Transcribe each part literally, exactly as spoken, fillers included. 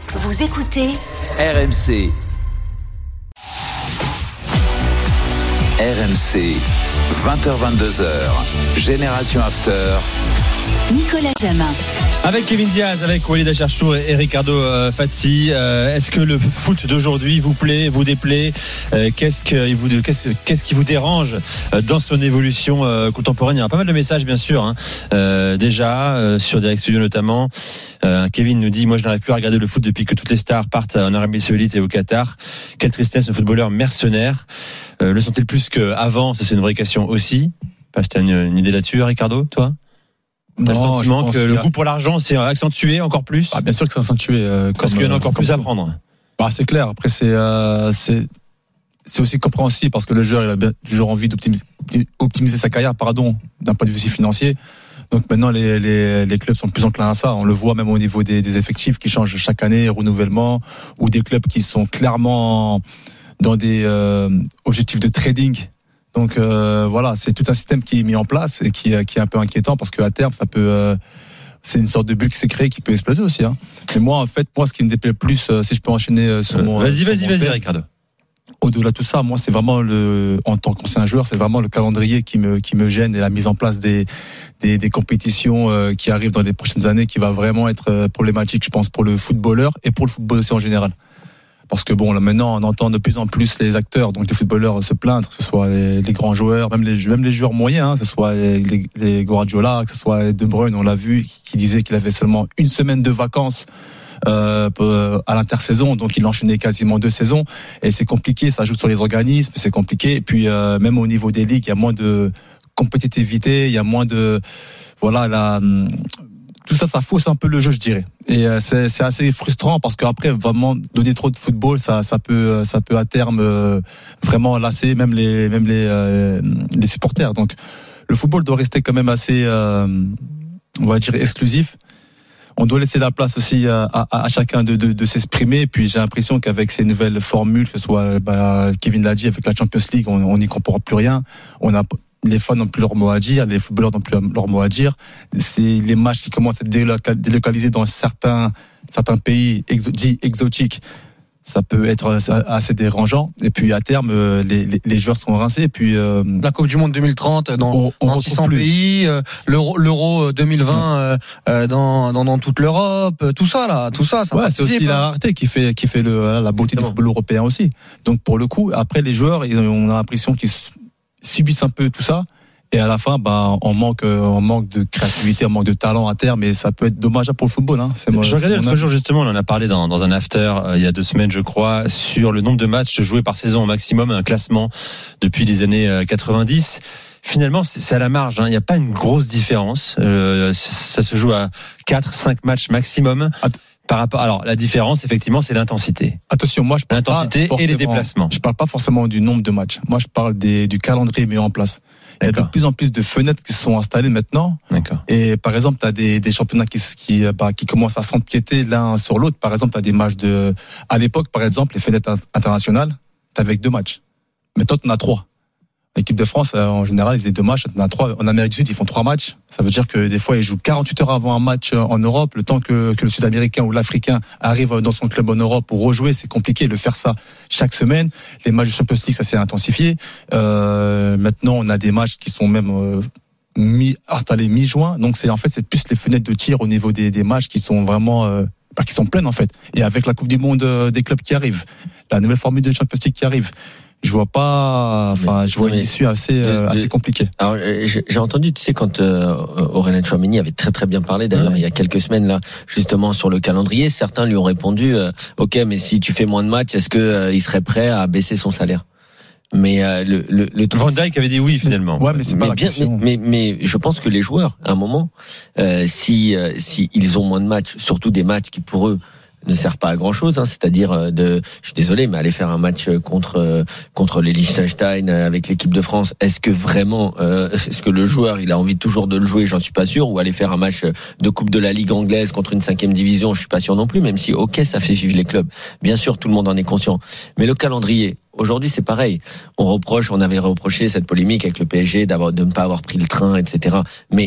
Vous écoutez R M C. R M C, vingt heures vingt-deux heures, Génération After. Nicolas Jamin. Avec Kevin Diaz, avec Walid Acharchour et Ricardo euh, Fati, euh, est-ce que le foot d'aujourd'hui vous plaît, vous déplaît euh, qu'est-ce, que vous, qu'est-ce, qu'est-ce qui vous dérange euh, dans son évolution euh, contemporaine? Il y a pas mal de messages, bien sûr, hein. euh, déjà, euh, sur Direct Studio notamment. Euh, Kevin nous dit, moi je n'arrive plus à regarder le foot depuis que toutes les stars partent en Arabie Saoudite et au Qatar. Quelle tristesse, un footballeur mercenaire. Euh, le sont-ils plus qu'avant? Ça, c'est une vraie question aussi. Pas si tu as une, une idée là-dessus, Ricardo, toi? T'as le sentiment que le goût pour l'argent s'est accentué encore plus? Ah, bien sûr que c'est accentué. Euh, Parce qu'il y en a encore plus à prendre. Bah, c'est clair. Après, c'est, euh, c'est, c'est aussi compréhensible parce que le joueur, il a bien, toujours envie d'optimiser optimiser sa carrière, pardon, d'un point de vue financier. Donc maintenant, les, les, les clubs sont plus enclins à ça. On le voit même au niveau des, des effectifs qui changent chaque année, renouvellement, ou des clubs qui sont clairement dans des euh, objectifs de trading. Donc euh, voilà, c'est tout un système qui est mis en place et qui, qui est un peu inquiétant parce qu'à terme, ça peut, euh, c'est une sorte de bulle qui s'est créée qui peut exploser aussi. Hein. Mais moi, en fait, moi, ce qui me déplaît le plus, euh, si je peux enchaîner sur mon, vas-y, sur vas-y, mon vas-y, thème, Ricardo. Au-delà de tout ça, moi, c'est vraiment le, en tant qu'ancien joueur, c'est vraiment le calendrier qui me, qui me gêne et la mise en place des, des, des compétitions euh, qui arrivent dans les prochaines années, qui va vraiment être problématique, je pense, pour le footballeur et pour le football aussi en général. Parce que bon, là maintenant, on entend de plus en plus les acteurs, donc les footballeurs se plaindre, que ce soit les, les grands joueurs, même les, même les joueurs moyens, hein, que ce soit les, les, les Guardiola, que ce soit les De Bruyne, on l'a vu, qui disait qu'il avait seulement une semaine de vacances euh, à l'intersaison, donc il enchaînait quasiment deux saisons, et c'est compliqué, ça joue sur les organismes, c'est compliqué, et puis euh, même au niveau des ligues, il y a moins de compétitivité, il y a moins de, voilà, la... tout ça, ça fausse un peu le jeu, je dirais. Et euh, c'est, c'est assez frustrant parce qu'après, vraiment, donner trop de football, ça, ça peut, ça peut à terme euh, vraiment lasser même les, même les, euh, les supporters. Donc, le football doit rester quand même assez, euh, on va dire, exclusif. On doit laisser la place aussi à, à, à chacun de, de, de s'exprimer. Et puis, j'ai l'impression qu'avec ces nouvelles formules, que ce soit bah, Kevin l'a dit, avec la Champions League, on n'y comprend plus rien. On a les fans n'ont plus leur mot à dire, les footballeurs n'ont plus leur mot à dire. C'est les matchs qui commencent à être délocalisés dans certains, certains pays exo- dits exotiques. Ça peut être assez dérangeant. Et puis à terme, les, les, les joueurs sont rincés. Et puis euh, la Coupe du Monde deux mille trente dans, on, on dans six cents plus. Pays, euh, l'Euro, l'Euro deux mille vingt euh, dans, dans dans toute l'Europe, tout ça là, tout ça. ça ouais, c'est aussi la rareté qui fait qui fait le, la beauté du football européen aussi. Donc pour le coup, après les joueurs, on a l'impression qu'ils subissent un peu tout ça. Et à la fin, bah, on manque, on manque de créativité, on manque de talent à terme, et ça peut être dommageable pour le football. Hein. C'est moi, je regardais l'autre jour justement, on en a parlé dans, dans un after euh, il y a deux semaines, je crois, sur le nombre de matchs joués par saison au maximum, un classement depuis les années euh, quatre-vingt-dix. Finalement, c'est, c'est à la marge. Hein. Il n'y a pas une grosse différence. Euh, ça se joue à quatre, cinq matchs maximum. Att- Par rapport, alors la différence, effectivement, c'est l'intensité. Attention, moi je parle l'intensité et les déplacements. Je parle pas forcément du nombre de matchs. Moi, je parle des, du calendrier mis en place. Il y a de plus en plus de fenêtres qui sont installées maintenant. D'accord. Et par exemple, tu as des, des championnats qui, qui, bah, qui commencent à s'empiéter l'un sur l'autre. Par exemple, tu as des matchs de. À l'époque, par exemple, les fenêtres internationales, tu avais deux matchs. Maintenant, tu en as trois. L'équipe de France, en général, ils faisaient deux matchs. En, trois. En Amérique du Sud, ils font trois matchs. Ça veut dire que des fois, ils jouent quarante-huit heures avant un match en Europe. Le temps que, que le Sud-Américain ou l'Africain arrive dans son club en Europe pour rejouer, c'est compliqué de faire ça chaque semaine. Les matchs de Champions League, ça s'est intensifié. Euh, maintenant, on a des matchs qui sont même euh, mi, installés mi-juin. Donc, c'est en fait, c'est plus les fenêtres de tir au niveau des, des matchs qui sont vraiment... Euh, bah, qui sont pleines, en fait. Et avec la Coupe du Monde euh, des clubs qui arrive, la nouvelle formule de Champions League qui arrive, je vois pas, enfin, je vois une issue assez, euh, assez compliquée. Alors, j'ai entendu, tu sais, quand euh, Aurélien Tchouameni avait très très bien parlé, d'ailleurs, ouais. il y a quelques semaines là, justement sur le calendrier, certains lui ont répondu, euh, ok, mais si tu fais moins de matchs, est-ce que euh, il serait prêt à baisser son salaire? Mais euh, le, le, le Van Dijk avait dit oui finalement. Ouais, mais c'est pas mais la bien, question. Mais, mais, mais je pense que les joueurs, à un moment, euh, si euh, si ils ont moins de matchs, surtout des matchs qui pour eux ne servent pas à grand chose, hein, c'est-à-dire de, je suis désolé, mais aller faire un match contre contre les Liechtenstein avec l'équipe de France, est-ce que vraiment, euh, est-ce que le joueur il a envie toujours de le jouer? J'en suis pas sûr. Ou aller faire un match de coupe de la Ligue anglaise contre une cinquième division, je suis pas sûr non plus. Même si, ok, ça fait vivre les clubs. Bien sûr, tout le monde en est conscient. Mais le calendrier. Aujourd'hui, c'est pareil. On reproche, on avait reproché cette polémique avec le P S G d'avoir, de ne pas avoir pris le train, et cetera. Mais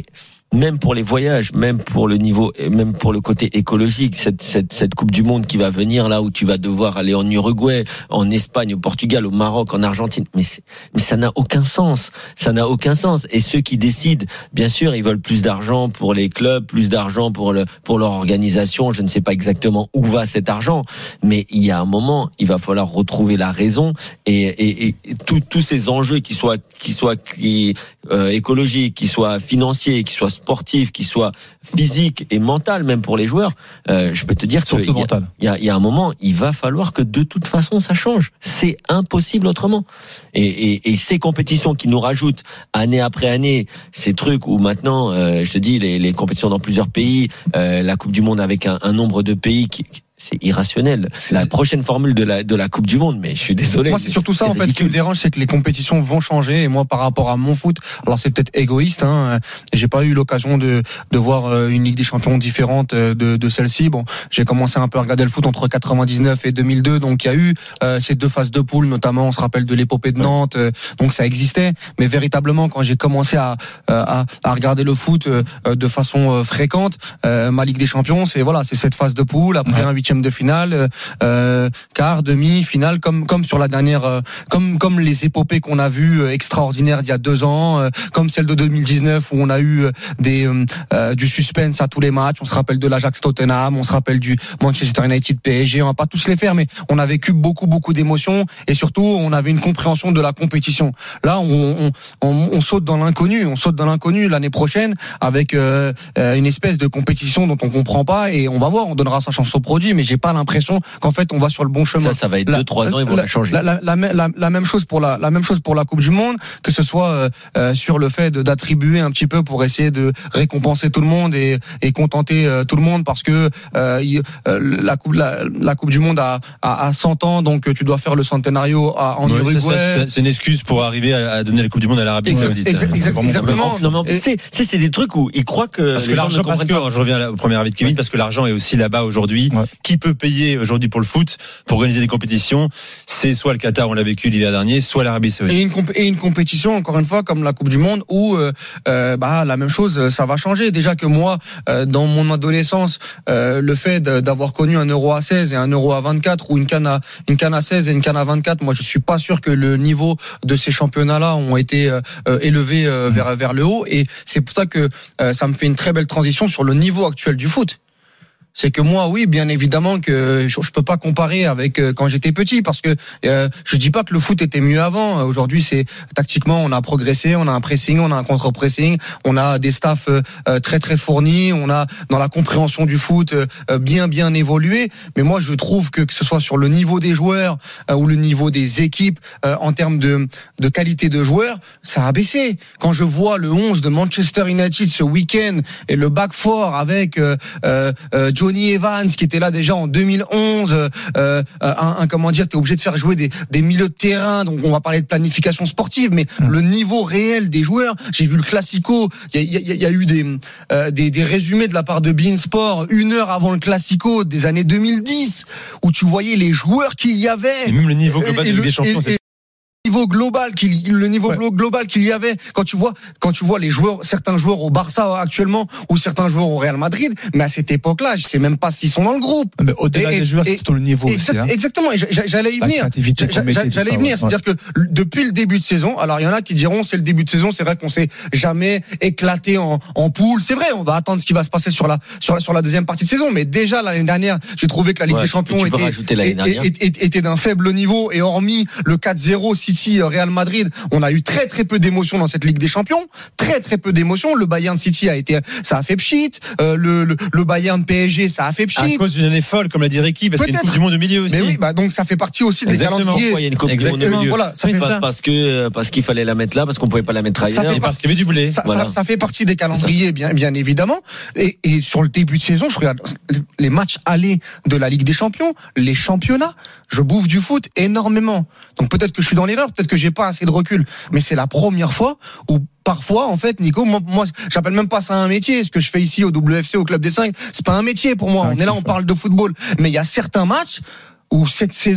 même pour les voyages, même pour le niveau, même pour le côté écologique, cette, cette, cette Coupe du Monde qui va venir là où tu vas devoir aller en Uruguay, en Espagne, au Portugal, au Maroc, en Argentine, mais, c'est, mais ça n'a aucun sens, ça n'a aucun sens. Et ceux qui décident, bien sûr, ils veulent plus d'argent pour les clubs, plus d'argent pour le, pour leur organisation. Je ne sais pas exactement où va cet argent, mais il y a un moment, il va falloir retrouver la raison et, et, et tous ces enjeux qui soient, qui soient, qui, euh, écologiques, qui soient financiers, qui soient sportif, qui soit physique et mental même pour les joueurs, euh, je peux te dire qu'il y, y, y a un moment, il va falloir que de toute façon ça change. C'est impossible autrement. Et, et, et ces compétitions qui nous rajoutent année après année, ces trucs où maintenant, euh, je te dis, les, les compétitions dans plusieurs pays, euh, la Coupe du Monde avec un, un nombre de pays qui c'est irrationnel. C'est la prochaine formule de la de la Coupe du Monde, mais je suis désolé. Moi, c'est surtout ça c'est en ridicule. fait qui me dérange, c'est que les compétitions vont changer. Et moi, par rapport à mon foot, alors c'est peut-être égoïste, hein, j'ai pas eu l'occasion de de voir une Ligue des Champions différente de de celle-ci. Bon, j'ai commencé un peu à regarder le foot entre quatre-vingt-dix-neuf et deux mille deux, donc il y a eu euh, ces deux phases de poule, notamment, on se rappelle de l'épopée de Nantes, euh, donc ça existait. Mais véritablement, quand j'ai commencé à à, à regarder le foot euh, de façon euh, fréquente, euh, ma Ligue des Champions, c'est voilà, c'est cette phase de poule après ouais. un huitième de finale, euh, quart, demi, finale, comme comme sur la dernière, euh, comme comme les épopées qu'on a vues euh, extraordinaires d'il y a deux ans, euh, comme celle de deux mille dix-neuf où on a eu euh, des euh, du suspense à tous les matchs. On se rappelle de l'Ajax Tottenham, on se rappelle du Manchester United P S G. On va pas tous les faire, mais on a vécu beaucoup beaucoup d'émotions et surtout on avait une compréhension de la compétition. Là, on on, on, on saute dans l'inconnu, on saute dans l'inconnu l'année prochaine avec euh, une espèce de compétition dont on comprend pas et on va voir, on donnera sa chance au produit, mais j'ai pas l'impression qu'en fait on va sur le bon chemin. Ça, ça va être deux trois ans, ils vont la, la changer. La, la, la, la, la même chose pour la, la même chose pour la Coupe du Monde, que ce soit euh, euh, sur le fait de, d'attribuer un petit peu pour essayer de récompenser tout le monde et, et contenter euh, tout le monde, parce que euh, il, euh, la coupe la, la Coupe du Monde a, a, a cent ans, donc tu dois faire le centenario à, en ouais, Uruguay. C'est, ça, c'est une excuse pour arriver à, à donner la Coupe du Monde à l'Arabie Saoudite. Exact, exact, exactement. Non, mais c'est, c'est, c'est des trucs où ils croient que parce que l'argent, parce que je reviens au premier avis de Kevin, parce que l'argent est aussi là-bas aujourd'hui. Ouais. Qui peut payer aujourd'hui pour le foot, pour organiser des compétitions? C'est soit le Qatar, on l'a vécu l'hiver dernier, soit l'Arabie Saoudite. Et une, comp- et une compétition, encore une fois, comme la Coupe du Monde, où euh, euh, bah la même chose, ça va changer. Déjà que moi, euh, dans mon adolescence, euh, le fait de, d'avoir connu un euro à seize et un euro à vingt-quatre, ou une canne à une canne à seize et une canne à vingt-quatre, moi je suis pas sûr que le niveau de ces championnats-là ont été euh, élevés euh, vers vers le haut. Et c'est pour ça que euh, ça me fait une très belle transition sur le niveau actuel du foot. C'est que moi, oui, bien évidemment que je, je peux pas comparer avec euh, quand j'étais petit, parce que euh, je dis pas que le foot était mieux avant. Aujourd'hui, c'est tactiquement, on a progressé, on a un pressing, on a un contre-pressing, on a des staffs euh, très très fournis, on a dans la compréhension du foot euh, bien bien évolué. Mais moi, je trouve que que ce soit sur le niveau des joueurs euh, ou le niveau des équipes euh, en termes de de qualité de joueurs, ça a baissé. Quand je vois le onze de Manchester United ce week-end et le back four avec euh, euh, Johnny Evans qui était là déjà en deux mille onze, euh, un, un comment dire, t'es obligé de faire jouer des, des milieux de terrain, donc on va parler de planification sportive, mais mmh. le niveau réel des joueurs, j'ai vu le Classico, il y a, y, a, y a eu des, euh, des des résumés de la part de beIN Sport une heure avant le Classico des années deux mille dix, où tu voyais les joueurs qu'il y avait, et même le niveau global de Ligue des Champions. Et, et, niveau global qu'il le niveau ouais. global qu'il y avait quand tu vois quand tu vois les joueurs, certains joueurs au Barça actuellement ou certains joueurs au Real Madrid, mais à cette époque-là je sais même pas s'ils sont dans le groupe. Mais au-delà et, des joueurs, c'est plutôt le niveau exact, aussi, hein. Exactement, et j'allais y venir j'allais y venir, c'est-à-dire que depuis le début de saison, alors il y en a qui diront c'est le début de saison, c'est vrai qu'on s'est jamais éclaté en en poule, c'est vrai, on va attendre ce qui va se passer sur la sur la, sur la deuxième partie de saison, mais déjà l'année dernière j'ai trouvé que la Ligue ouais, des Champions était, était, était, était d'un faible niveau, et hormis le quatre zéro City Real Madrid, on a eu très très peu d'émotions dans cette Ligue des Champions, très très peu d'émotions. Le Bayern City a été, ça a fait pchit, euh, le, le le Bayern P S G ça a fait pchit. À cause d'une année folle, comme l'a dit Ricky, parce qu'il y a une Coupe du Monde au milieu aussi. Mais oui, bah donc ça fait partie aussi des calendriers. Pourquoi il y a une Coupe Exactement. du Monde au milieu? Voilà, ça fait pas, parce que parce qu'il fallait la mettre là, parce qu'on pouvait pas la mettre ailleurs. Et parce qu'il y avait du blé. Ça, voilà. ça, ça fait partie des calendriers, bien bien évidemment. Et, et sur le début de saison, je regarde les matchs allés de la Ligue des Champions, les championnats, je bouffe du foot énormément. Donc peut-être que je suis dans l'erreur, peut-être que j'ai pas assez de recul, mais c'est la première fois où parfois, en fait, Nico, moi, moi, j'appelle même pas ça un métier. Ce que je fais ici au W F C, au Club des cinq, c'est pas un métier pour moi. On est là, on parle de football. Mais il y a certains matchs où cette saison,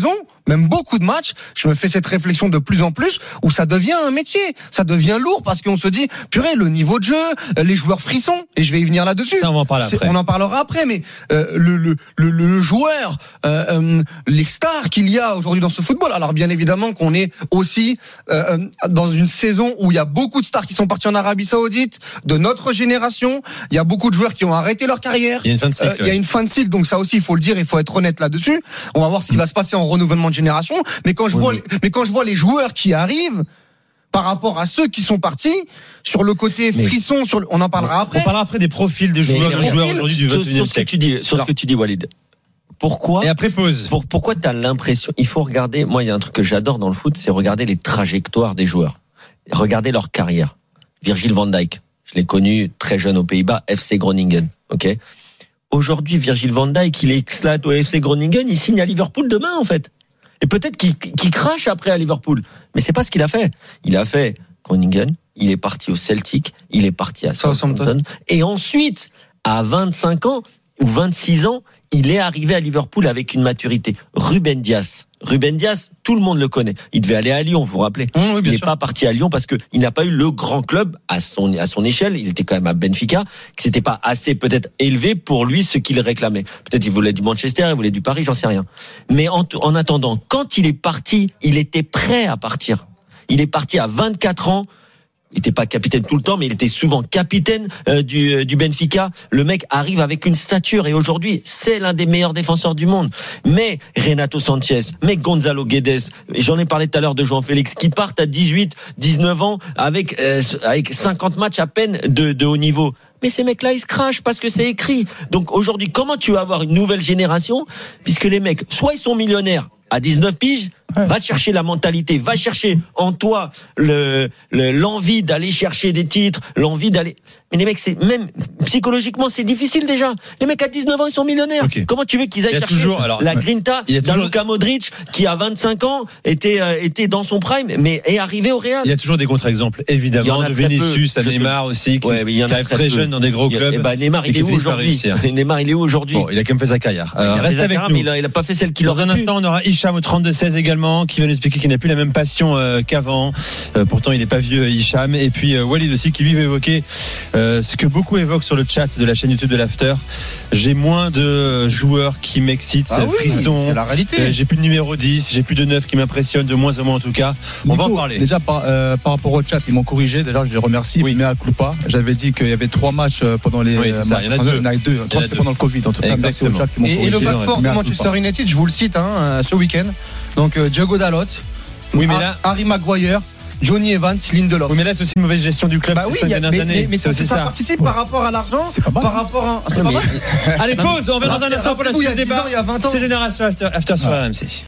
même beaucoup de matchs, je me fais cette réflexion de plus en plus où ça devient un métier, ça devient lourd parce qu'on se dit purée, le niveau de jeu, les joueurs frissons, et je vais y venir là-dessus. Ça, on va en parler après. On en parlera après, mais euh, le, le, le, le joueur, euh, euh, les stars qu'il y a aujourd'hui dans ce football. Alors bien évidemment qu'on est aussi euh, dans une saison où il y a beaucoup de stars qui sont partis en Arabie Saoudite, de notre génération. Il y a beaucoup de joueurs qui ont arrêté leur carrière. Il y a une fin de cycle. Euh, il y a une fin de cycle, donc ça aussi il faut le dire, il faut être honnête là-dessus. On va voir ce qui va se passer en renouvellement de génération. Mais quand je oui, vois, oui. mais quand je vois les joueurs qui arrivent par rapport à ceux qui sont partis, sur le côté mais, frisson, sur le, on en parlera après. On parlera après des profils des joueurs, Mais, des joueurs aujourd'hui du sur, vingt et unième sur ce que siècle. tu dis, sur Alors, ce que tu dis, Walid. Pourquoi et après pause. pour, Pourquoi tu as l'impression, il faut regarder, moi il y a un truc que j'adore dans le foot, c'est regarder les trajectoires des joueurs. Regarder leur carrière. Virgil van Dijk, je l'ai connu très jeune aux Pays-Bas, F C Groningen, ok. Aujourd'hui, Virgil van Dijk, il éclate au F C Groningen, il signe à Liverpool demain en fait. Et peut-être qu'il, qu'il crache après à Liverpool. Mais c'est pas ce qu'il a fait. Il a fait Groningen, il est parti au Celtic, il est parti à Southampton. Et ensuite, à vingt-cinq ans ou vingt-six ans, il est arrivé à Liverpool avec une maturité. Ruben Dias. Ruben Dias, tout le monde le connaît. Il devait aller à Lyon, vous vous rappelez. Mmh, oui, il n'est sûr. pas parti à Lyon parce que il n'a pas eu le grand club à son à son échelle. Il était quand même à Benfica, que c'était pas assez peut-être élevé pour lui ce qu'il réclamait. Peut-être il voulait du Manchester, il voulait du Paris, j'en sais rien. Mais en, en attendant, quand il est parti, il était prêt à partir. Il est parti à vingt-quatre ans. Il n'était pas capitaine tout le temps, mais il était souvent capitaine euh, du, euh, du Benfica. Le mec arrive avec une stature et aujourd'hui, c'est l'un des meilleurs défenseurs du monde. Mais Renato Sanchez, mais Gonzalo Guedes, j'en ai parlé tout à l'heure de João Félix, qui partent à dix-huit, dix-neuf ans avec, euh, avec cinquante matchs à peine de, de haut niveau. Mais ces mecs-là, ils se crachent parce que c'est écrit. Donc aujourd'hui, comment tu vas avoir une nouvelle génération, puisque les mecs, soit ils sont millionnaires à dix-neuf piges, ouais. Va chercher la mentalité, va chercher en toi le, le l'envie d'aller chercher des titres, l'envie d'aller. Mais les mecs, c'est même psychologiquement, c'est difficile déjà. Les mecs à dix-neuf ans, ils sont millionnaires. Okay. Comment tu veux qu'ils aillent chercher toujours, alors, la grinta d'un toujours... Luka Modric qui à vingt-cinq ans était euh, était dans son prime, mais est arrivé au Real. Il y a toujours des contre-exemples, évidemment, de Vinicius, à Neymar aussi, qui, ouais, qui arrive très, très jeune dans des gros clubs. Et bah, Neymar, il est où aujourd'hui? Neymar, il est où aujourd'hui? Bon, il a quand même fait sa carrière. Euh, reste avec nous. Il a, il a pas fait celle qu'il aurait pu. Dans un instant, on aura Hicham au trente-deux seize également, qui va nous expliquer qu'il n'a plus la même passion euh, qu'avant. Euh, pourtant, il n'est pas vieux, Hicham. Et puis euh, Walid aussi, qui lui va évoquer euh, ce que beaucoup évoquent sur le chat de la chaîne YouTube de l'After. J'ai moins de joueurs qui m'excitent, ah oui, frissons. C'est la réalité. Euh, j'ai plus de numéro dix, j'ai plus de neuf qui m'impressionnent, de moins en moins en tout cas. On Nico, va en parler. Déjà, par, euh, par rapport au chat, ils m'ont corrigé. Déjà, je les remercie. Oui. Mais à culpa, j'avais dit qu'il y avait trois matchs pendant les. Oui, c'est ça. Il y en a deux. Il y en a deux. Trois, c'était pendant le Covid. En tout cas, merci au chat qui m'ont corrigé. Et le back four de Manchester United, je vous le cite, hein, ce week-end. Donc, euh, Diogo Dalot. Oui, mais là, Harry Maguire, Johnny Evans, Lindelof. Oui, mais là, c'est aussi une mauvaise gestion du club. Bah oui, y a, mais, mais, mais ça, ça, ça participe ouais. par rapport à l'argent, c'est pas mal. Par rapport à. C'est pas mal. Allez, pause, on va dans un instant pour la suite du débat. Il y a vingt ans. C'est Génération After, After sur R M C.